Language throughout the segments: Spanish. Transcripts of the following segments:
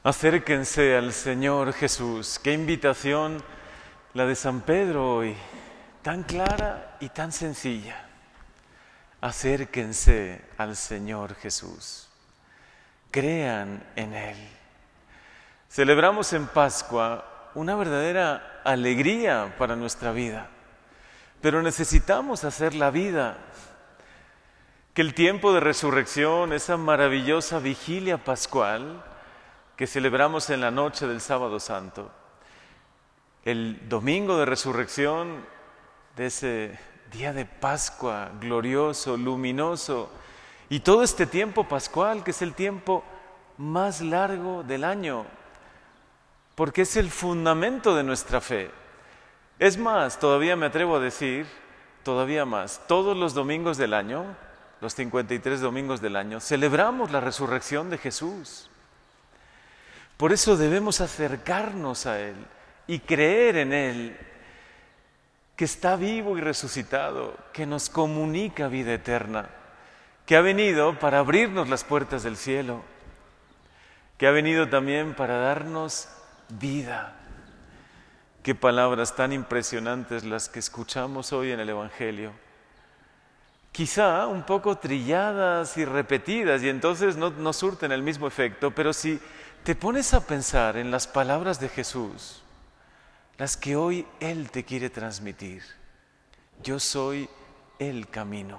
Acérquense al Señor Jesús. Qué invitación la de San Pedro hoy, tan clara y tan sencilla. Acérquense al Señor Jesús. Crean en Él. Celebramos en Pascua una verdadera alegría para nuestra vida, pero necesitamos hacer la vida. Que el tiempo de resurrección, esa maravillosa vigilia pascual que celebramos en la noche del Sábado Santo, el domingo de resurrección de ese día de Pascua glorioso, luminoso, y todo este tiempo pascual que es el tiempo más largo del año, porque es el fundamento de nuestra fe. Es más, todavía me atrevo a decir, todavía más, todos los domingos del año, los 53 domingos del año, celebramos la resurrección de Jesús. Por eso debemos acercarnos a Él y creer en Él, que está vivo y resucitado, que nos comunica vida eterna, que ha venido para abrirnos las puertas del cielo, que ha venido también para darnos vida. Qué palabras tan impresionantes las que escuchamos hoy en el Evangelio. Quizá un poco trilladas y repetidas, y entonces no surten el mismo efecto, pero si te pones a pensar en las palabras de Jesús, las que hoy Él te quiere transmitir: yo soy el camino,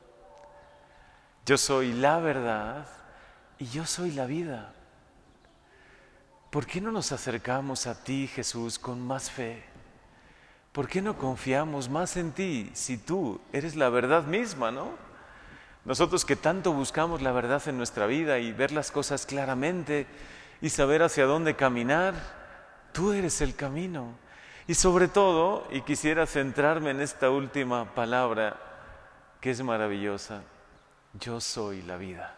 yo soy la verdad y yo soy la vida. ¿Por qué no nos acercamos a ti, Jesús, con más fe? ¿Por qué no confiamos más en ti si tú eres la verdad misma, no? Nosotros que tanto buscamos la verdad en nuestra vida y ver las cosas claramente y saber hacia dónde caminar, tú eres el camino. Y sobre todo, y quisiera centrarme en esta última palabra que es maravillosa: yo soy la vida.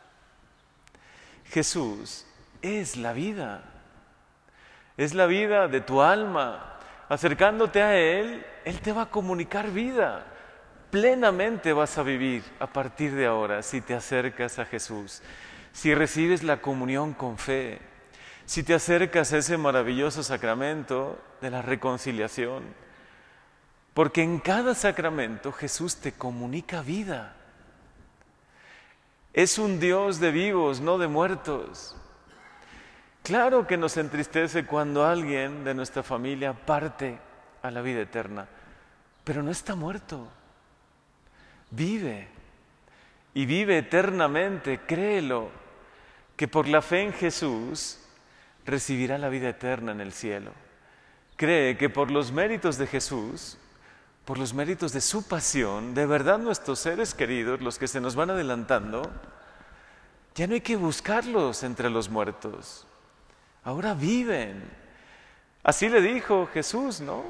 Jesús es la vida. Es la vida de tu alma. Acercándote a Él, Él te va a comunicar vida. Plenamente vas a vivir a partir de ahora si te acercas a Jesús, si recibes la comunión con fe, si te acercas a ese maravilloso sacramento de la reconciliación. Porque en cada sacramento Jesús te comunica vida. Es un Dios de vivos, no de muertos. Claro que nos entristece cuando alguien de nuestra familia parte a la vida eterna, pero no está muerto. Vive y vive eternamente, créelo, que por la fe en Jesús recibirá la vida eterna en el cielo. Cree que por los méritos de Jesús, por los méritos de su pasión, de verdad nuestros seres queridos, los que se nos van adelantando, ya no hay que buscarlos entre los muertos. Ahora viven. Así le dijo Jesús, ¿no?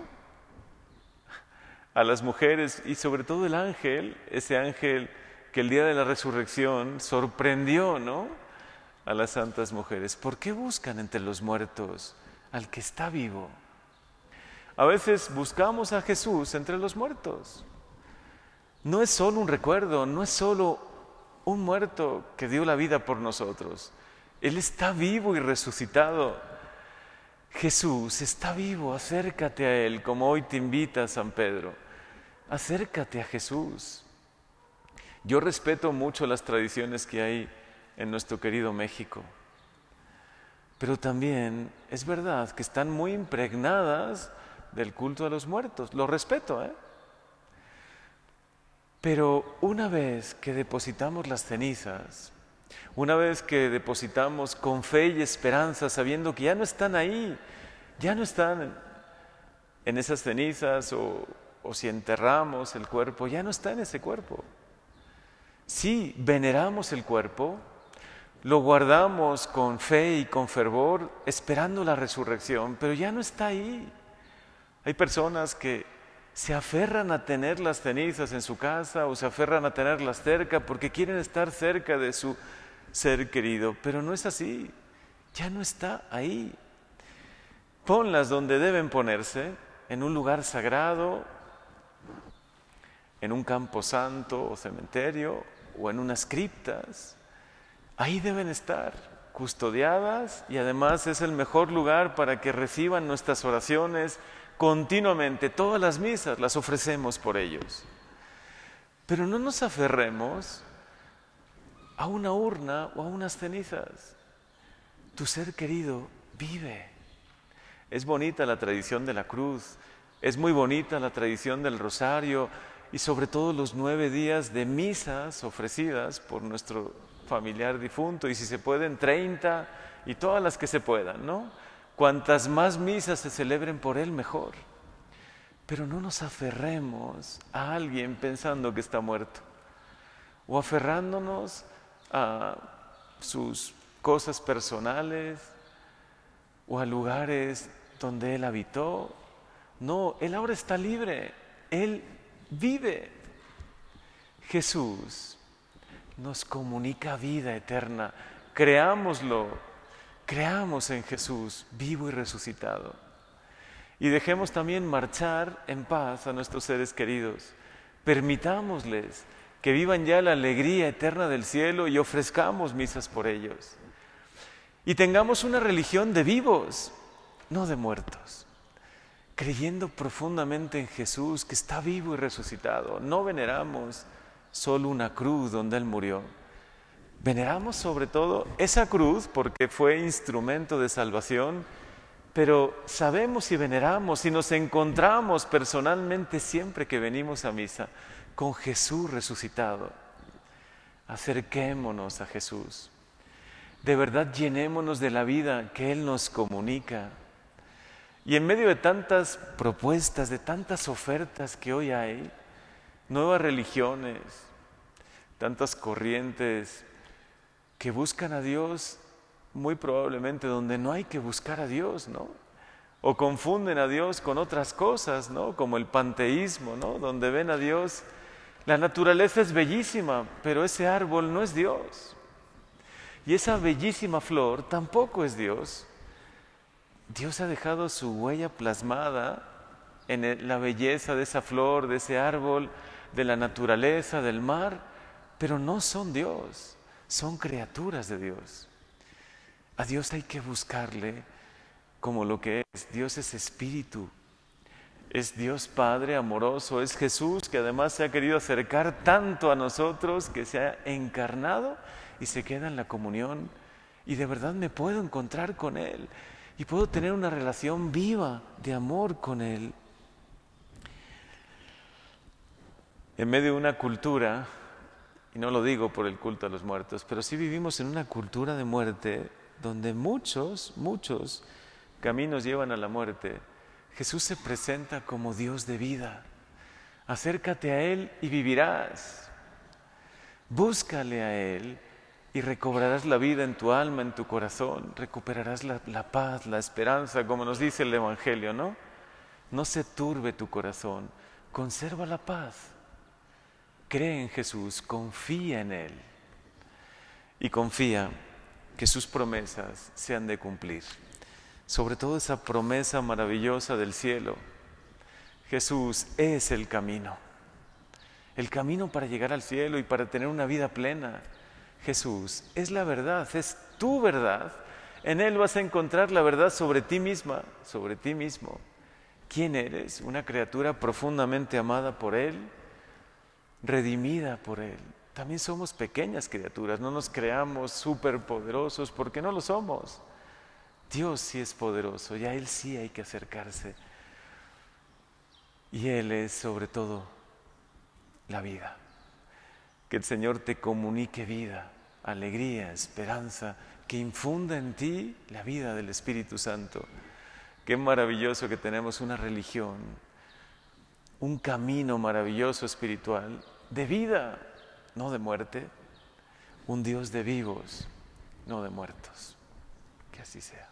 A las mujeres y sobre todo el ángel, ese ángel que el día de la resurrección sorprendió, ¿no?, a las santas mujeres. ¿Por qué buscan entre los muertos al que está vivo? A veces buscamos a Jesús entre los muertos. No es solo un recuerdo, no es solo un muerto que dio la vida por nosotros. Él está vivo y resucitado. Jesús está vivo, acércate a Él, como hoy te invita San Pedro. Acércate a Jesús. Yo respeto mucho las tradiciones que hay en nuestro querido México, pero también es verdad que están muy impregnadas del culto a los muertos. Lo respeto, Pero una vez que depositamos las cenizas, una vez que depositamos con fe y esperanza, sabiendo que ya no están ahí, ya no están en esas cenizas, o si enterramos el cuerpo, ya no está en ese cuerpo. Sí, veneramos el cuerpo, lo guardamos con fe y con fervor, esperando la resurrección, pero ya no está ahí. Hay personas que se aferran a tener las cenizas en su casa o se aferran a tenerlas cerca porque quieren estar cerca de su ser querido, pero no es así, ya no está ahí. Ponlas donde deben ponerse, en un lugar sagrado, en un campo santo o cementerio o en unas criptas. Ahí deben estar. custodiadas y además es el mejor lugar para que reciban nuestras oraciones continuamente. Todas las misas las ofrecemos por ellos. Pero no nos aferremos a una urna o a unas cenizas. Tu ser querido vive. Es bonita la tradición de la cruz, es muy bonita la tradición del rosario y sobre todo los 9 días de misas ofrecidas por nuestro familiar difunto, y si se pueden 30 y todas las que se puedan, ¿no? Cuantas más misas se celebren por él, mejor. Pero no nos aferremos a alguien pensando que está muerto o aferrándonos a sus cosas personales o a lugares donde él habitó. No, él ahora está libre, él vive. Jesús nos comunica vida eterna. Creámoslo, creamos en Jesús vivo y resucitado. Y dejemos también marchar en paz a nuestros seres queridos. Permitámosles que vivan ya la alegría eterna del cielo y ofrezcamos misas por ellos. Y tengamos una religión de vivos, no de muertos, creyendo profundamente en Jesús que está vivo y resucitado. No veneramos solo una cruz donde Él murió. Veneramos sobre todo esa cruz porque fue instrumento de salvación, pero sabemos y veneramos y nos encontramos personalmente siempre que venimos a misa con Jesús resucitado. Acerquémonos a Jesús. De verdad llenémonos de la vida que Él nos comunica. Y en medio de tantas propuestas, de tantas ofertas que hoy hay, nuevas religiones, tantas corrientes que buscan a Dios muy probablemente donde no hay que buscar a Dios, ¿no? O confunden a Dios con otras cosas, ¿no? Como el panteísmo, ¿no? Donde ven a Dios. La naturaleza es bellísima, pero ese árbol no es Dios. Y esa bellísima flor tampoco es Dios. Dios ha dejado su huella plasmada en la belleza de esa flor, de ese árbol, de la naturaleza, del mar, pero no son Dios, son criaturas de Dios. A Dios hay que buscarle como lo que es. Dios es espíritu, es Dios Padre amoroso, es Jesús que además se ha querido acercar tanto a nosotros que se ha encarnado y se queda en la comunión y de verdad me puedo encontrar con Él y puedo tener una relación viva de amor con Él. En medio de una cultura, y no lo digo por el culto a los muertos, pero sí vivimos en una cultura de muerte donde muchos caminos llevan a la muerte. Jesús se presenta como Dios de vida. Acércate a Él y vivirás. Búscale a Él y recobrarás la vida en tu alma, en tu corazón. Recuperarás la paz, la esperanza, como nos dice el Evangelio, ¿no? No se turbe tu corazón, conserva la paz. Cree en Jesús, confía en Él y confía que sus promesas se han de cumplir. Sobre todo esa promesa maravillosa del cielo. Jesús es el camino para llegar al cielo y para tener una vida plena. Jesús es la verdad, es tu verdad. En Él vas a encontrar la verdad sobre ti misma, sobre ti mismo. ¿Quién eres? Una criatura profundamente amada por Él, redimida por Él. También somos pequeñas criaturas, no nos creamos superpoderosos porque no lo somos. Dios sí es poderoso y a Él sí hay que acercarse. Y Él es sobre todo la vida. Que el Señor te comunique vida, alegría, esperanza, que infunda en ti la vida del Espíritu Santo. Qué maravilloso que tenemos una religión, un camino maravilloso espiritual de vida, no de muerte, un Dios de vivos, no de muertos. Que así sea.